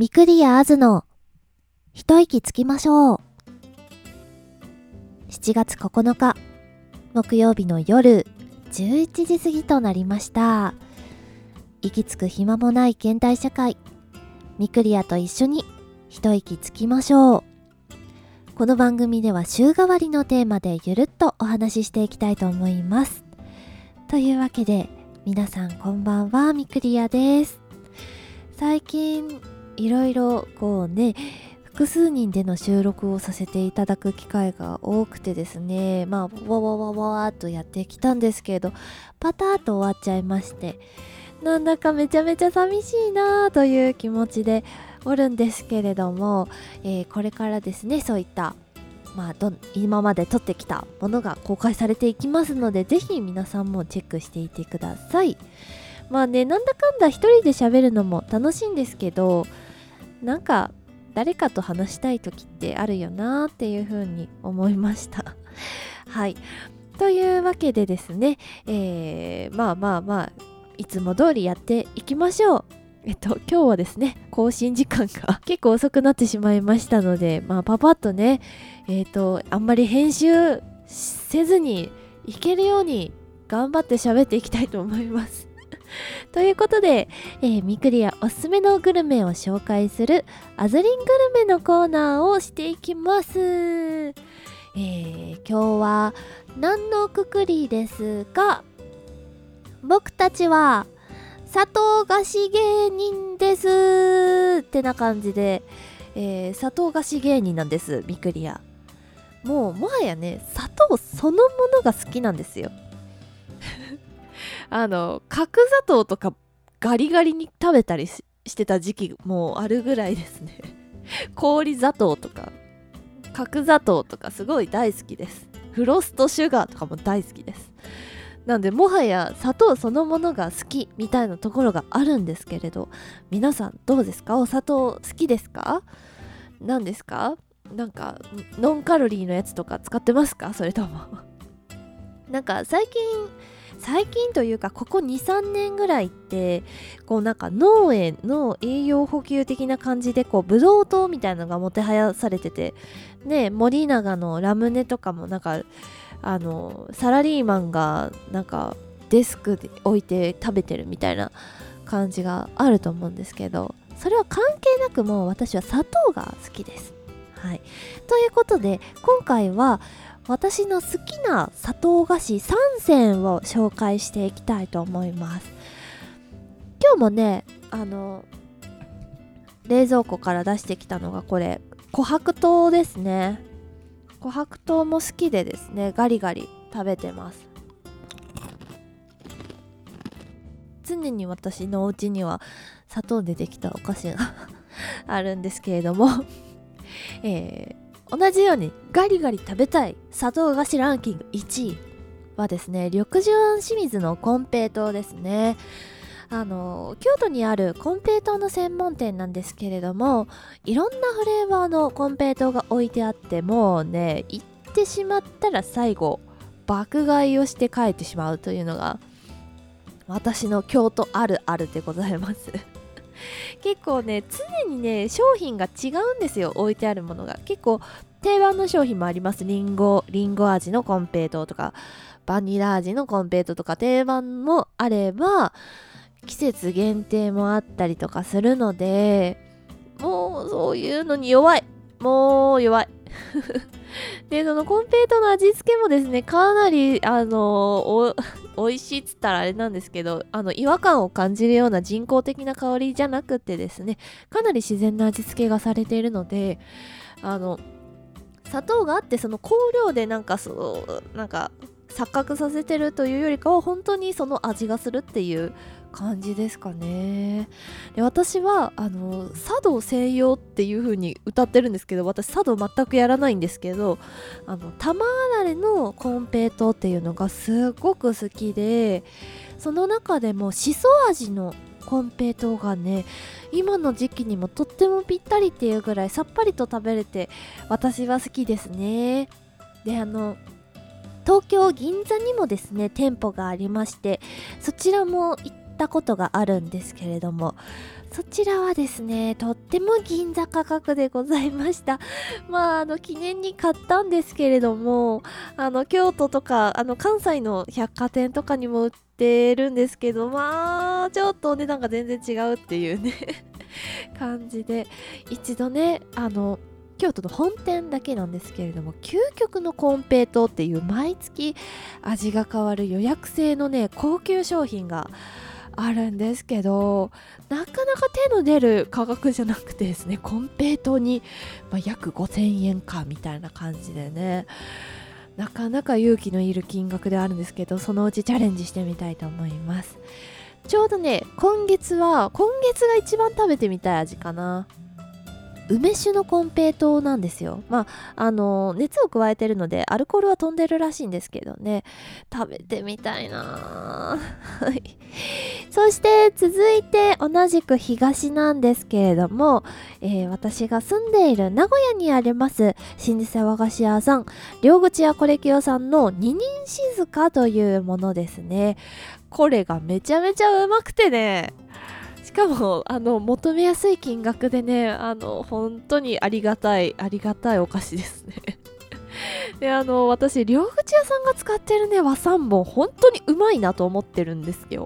ミクリアあずの一息つきましょう。7月9日木曜日の夜11時過ぎとなりました。息つく暇もない現代社会、ミクリアと一緒に一息つきましょう。この番組では週替わりのテーマでゆるっとお話ししていきたいと思います。というわけで皆さんこんばんは、ミクリアです。最近いろいろ複数人での収録をさせていただく機会が多くてですね、わーっとやってきたんですけど、パターっと終わっちゃいまして、なんだかめちゃめちゃ寂しいなという気持ちでおるんですけれども、これからですね、そういった今まで撮ってきたものが公開されていきますので、ぜひ皆さんもチェックしていてください。なんだかんだ一人で喋るのも楽しいんですけど、なんか誰かと話したい時ってあるよなっていう風に思いましたはい、というわけでですね、いつも通りやっていきましょう。今日はですね、更新時間が結構遅くなってしまいましたので、パパッとね、あんまり編集せずにいけるように頑張って喋っていきたいと思いますということで、ミクリアおすすめのグルメを紹介するアズリングルメのコーナーをしていきます。今日は何のくくりですが、僕たちは砂糖菓子芸人ですってな感じで、砂糖菓子芸人なんです、ミクリア。もはやね、砂糖そのものが好きなんですよ角砂糖とかガリガリに食べたりしてた時期もあるぐらいですね氷砂糖とか角砂糖とかすごい大好きです。フロストシュガーとかも大好きです。なんでもはや砂糖そのものが好きみたいなところがあるんですけれど、皆さんどうですか？お砂糖好きですか？何ですか？なんかノンカロリーのやつとか使ってますか？それともなんか最近というかここ 2,3 年ぐらいって脳への栄養補給的な感じでブドウ糖みたいなのがもてはやされててね、森永のラムネとかもサラリーマンがデスクで置いて食べてるみたいな感じがあると思うんですけど、それは関係なくもう私は砂糖が好きです。はい、ということで今回は私の好きな砂糖菓子3選を紹介していきたいと思います。今日もね、冷蔵庫から出してきたのがこれ琥珀糖ですね。琥珀糖も好きでですね、ガリガリ食べてます。常に私のお家には砂糖でできたお菓子があるんですけれども同じようにガリガリ食べたい砂糖菓子ランキング1位はですね、緑寿庵清水の金平糖ですね。京都にある金平糖の専門店なんですけれども、いろんなフレーバーの金平糖が置いてあって、もうね、行ってしまったら最後爆買いをして帰ってしまうというのが私の京都あるあるでございます結構ね、常にね商品が違うんですよ。置いてあるものが結構定番の商品もあります。リンゴ味の金平糖とかバニラ味の金平糖とか定番もあれば、季節限定もあったりとかするので、もうそういうのに弱いで、その金平糖の味付けもですね、かなり美味しいっつったらあれなんですけど、違和感を感じるような人工的な香りじゃなくてですね、かなり自然な味付けがされているので、砂糖があってその香料で錯覚させてるというよりかは、本当にその味がするっていう感じですかね。で、私は茶道専用っていう風に歌ってるんですけど、私茶道全くやらないんですけど、玉あられの金平糖っていうのがすごく好きで、その中でもしそ味の金平糖がね、今の時期にもとってもぴったりっていうぐらいさっぱりと食べれて私は好きですね。で、東京銀座にもですね店舗がありまして、そちらも行ったことがあるんですけれども、 そちらはですね、とっても銀座価格でございました。記念に買ったんですけれども、京都とか関西の百貨店とかにも売ってるんですけど、ちょっとお値段が全然違うっていうね感じで、一度ね、京都の本店だけなんですけれども、究極のコンペイトーっていう毎月味が変わる予約制のね高級商品があるんですけど、なかなか手の出る価格じゃなくてですね、コンペイトーに、約5000円かみたいな感じでね、なかなか勇気のいる金額であるんですけど、そのうちチャレンジしてみたいと思います。ちょうどね、今月が一番食べてみたい味かな。梅酒のコンペイトーなんですよ。熱を加えてるのでアルコールは飛んでるらしいんですけどね、食べてみたいなはい。そして続いて同じく東なんですけれども、私が住んでいる名古屋にあります老舗和菓子屋さん、両口屋コレキヨさんの二人静かというものですね。これがめちゃめちゃうまくてね、しかも求めやすい金額でね、本当にありがたいお菓子ですねで、私両口屋さんが使ってるね和三盆本当にうまいなと思ってるんですよ。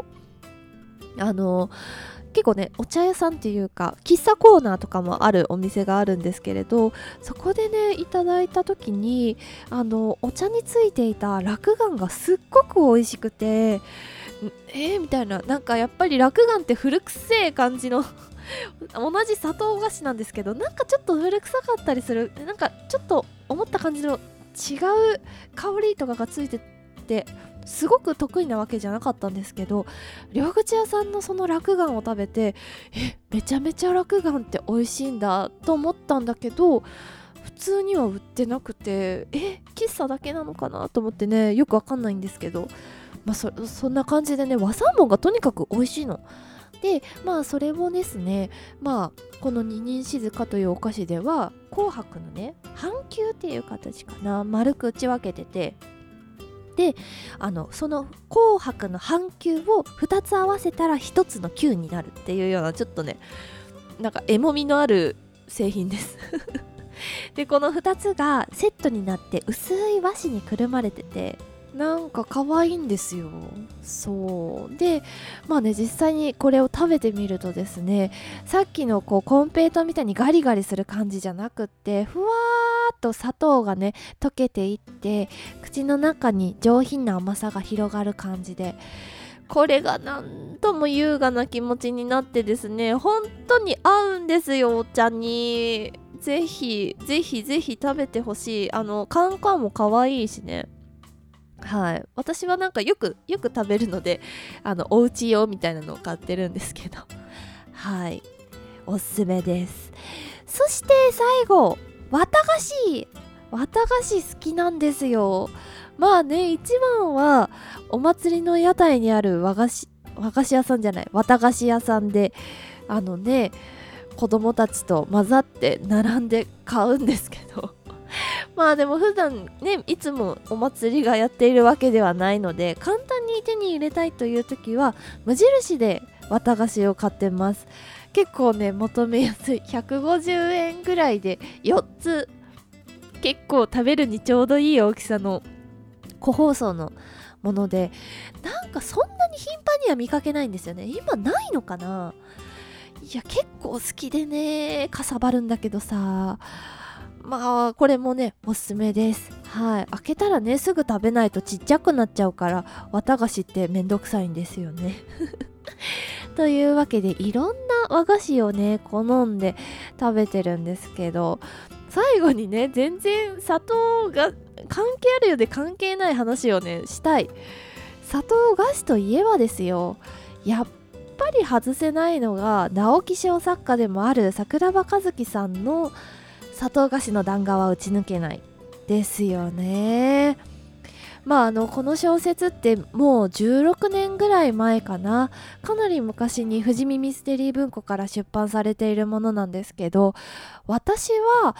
結構ね、お茶屋さんっていうか喫茶コーナーとかもあるお店があるんですけれど、そこでねいただいた時にお茶についていた落雁がすっごく美味しくて、みたいな、なんかやっぱり落雁って古くせえ感じの同じ砂糖菓子なんですけど、なんかちょっと古臭かったりする、なんかちょっと思った感じの違う香りとかがついてて、すごく得意なわけじゃなかったんですけど、両口屋さんのその落雁を食べて、めちゃめちゃ落雁って美味しいんだと思ったんだけど、普通には売ってなくて、喫茶だけなのかなと思ってね、よくわかんないんですけど、そんな感じでね、和三盆がとにかく美味しいので、それをですね、この二人静かというお菓子では紅白のね半球っていう形かな、丸く打ち分けてて、でその紅白の半球を2つ合わせたら1つの球になるっていうような、ちょっとねなんかエモみのある製品ですで、この2つがセットになって薄い和紙にくるまれてて、なんか可愛いんですよ。そうで、実際にこれを食べてみるとですね、さっきのコンペイトーみたいにガリガリする感じじゃなくって、ふわーっと砂糖がね溶けていって、口の中に上品な甘さが広がる感じで、これがなんとも優雅な気持ちになってですね、本当に合うんですよ、お茶に。ぜひぜひぜひ食べてほしい。カンカンも可愛いしね。はい、私はなんかよく食べるので、おうち用みたいなのを買ってるんですけど、はい、おすすめです。そして最後、綿菓子好きなんですよ。一番はお祭りの屋台にある綿菓子屋さんで、子供たちと混ざって並んで買うんですけどでも普段ね、いつもお祭りがやっているわけではないので、簡単に手に入れたいという時は無印で綿菓子を買ってます。結構ね、求めやすい。150円ぐらいで4つ、結構食べるにちょうどいい大きさの個包装のもので、なんかそんなに頻繁には見かけないんですよね。今ないのかな。いや、結構好きでね、かさばるんだけどさ、これもねおすすめです。はい、開けたらねすぐ食べないとちっちゃくなっちゃうから、綿菓子ってめんどくさいんですよねというわけで、いろんな和菓子をね好んで食べてるんですけど、最後にね、全然砂糖が関係あるようで関係ない話をねしたい。砂糖菓子といえばですよ、やっぱり外せないのが直木賞作家でもある桜庭和樹さんの砂糖菓子の弾丸は打ち抜けないですよね。この小説ってもう16年ぐらい前かな、かなり昔に富士見ミステリー文庫から出版されているものなんですけど、私は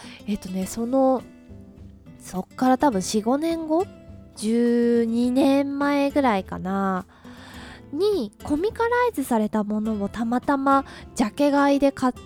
そっから多分 4,5 年後、12年前ぐらいかなにコミカライズされたものをたまたまジャケ買いで買って、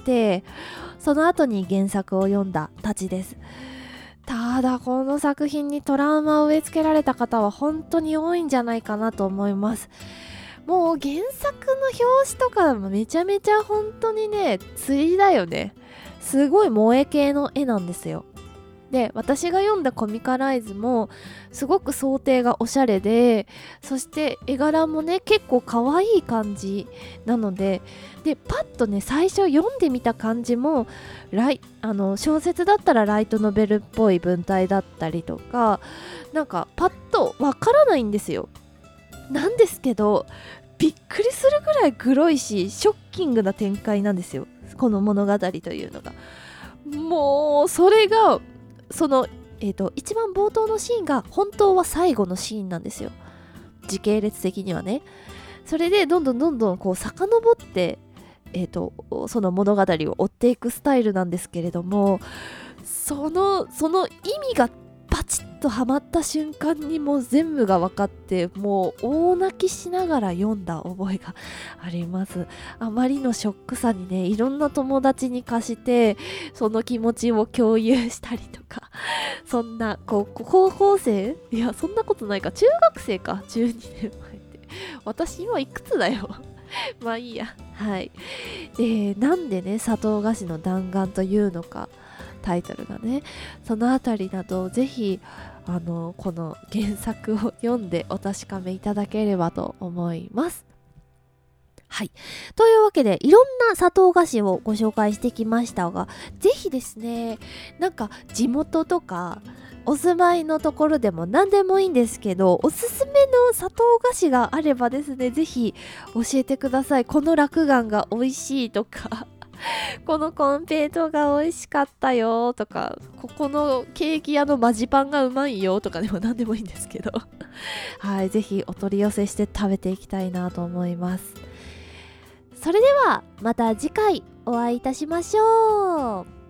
その後に原作を読んだたちです。ただこの作品にトラウマを植え付けられた方は本当に多いんじゃないかなと思います。もう原作の表紙とかもめちゃめちゃ本当にね、釣りだよね。すごい萌え系の絵なんですよ。で、私が読んだコミカライズもすごく想定がおしゃれで、そして絵柄もね結構可愛い感じなので、パッとね最初読んでみた感じも小説だったらライトノベルっぽい文体だったりとか、なんかパッとわからないんですよ。なんですけどびっくりするぐらいグロいしショッキングな展開なんですよ、この物語というのが。もうそれがその、一番冒頭のシーンが本当は最後のシーンなんですよ、時系列的にはね。それでどんどんこう遡って、その物語を追っていくスタイルなんですけれども、その意味がパチッとはまった瞬間にもう全部が分かって、もう大泣きしながら読んだ覚えがあります。あまりのショックさにね、いろんな友達に貸してその気持ちを共有したりとか、そんな高校生、いやそんなことないか、中学生か、12年前って私今いくつだよまあいいや。はい。で、なんでね砂糖菓子の弾丸というのか、タイトルがね、そのあたりなどぜひこの原作を読んでお確かめいただければと思います。はい。というわけで、いろんな砂糖菓子をご紹介してきましたが、ぜひですね、なんか地元とかお住まいのところでも何でもいいんですけど、おすすめの砂糖菓子があればですね、ぜひ教えてください。この落雁が美味しいとかこのコンペイトが美味しかったよとか、ここのケーキ屋のマジパンがうまいよとかでも何でもいいんですけどはい、ぜひお取り寄せして食べていきたいなと思います。それではまた次回お会いいたしましょう。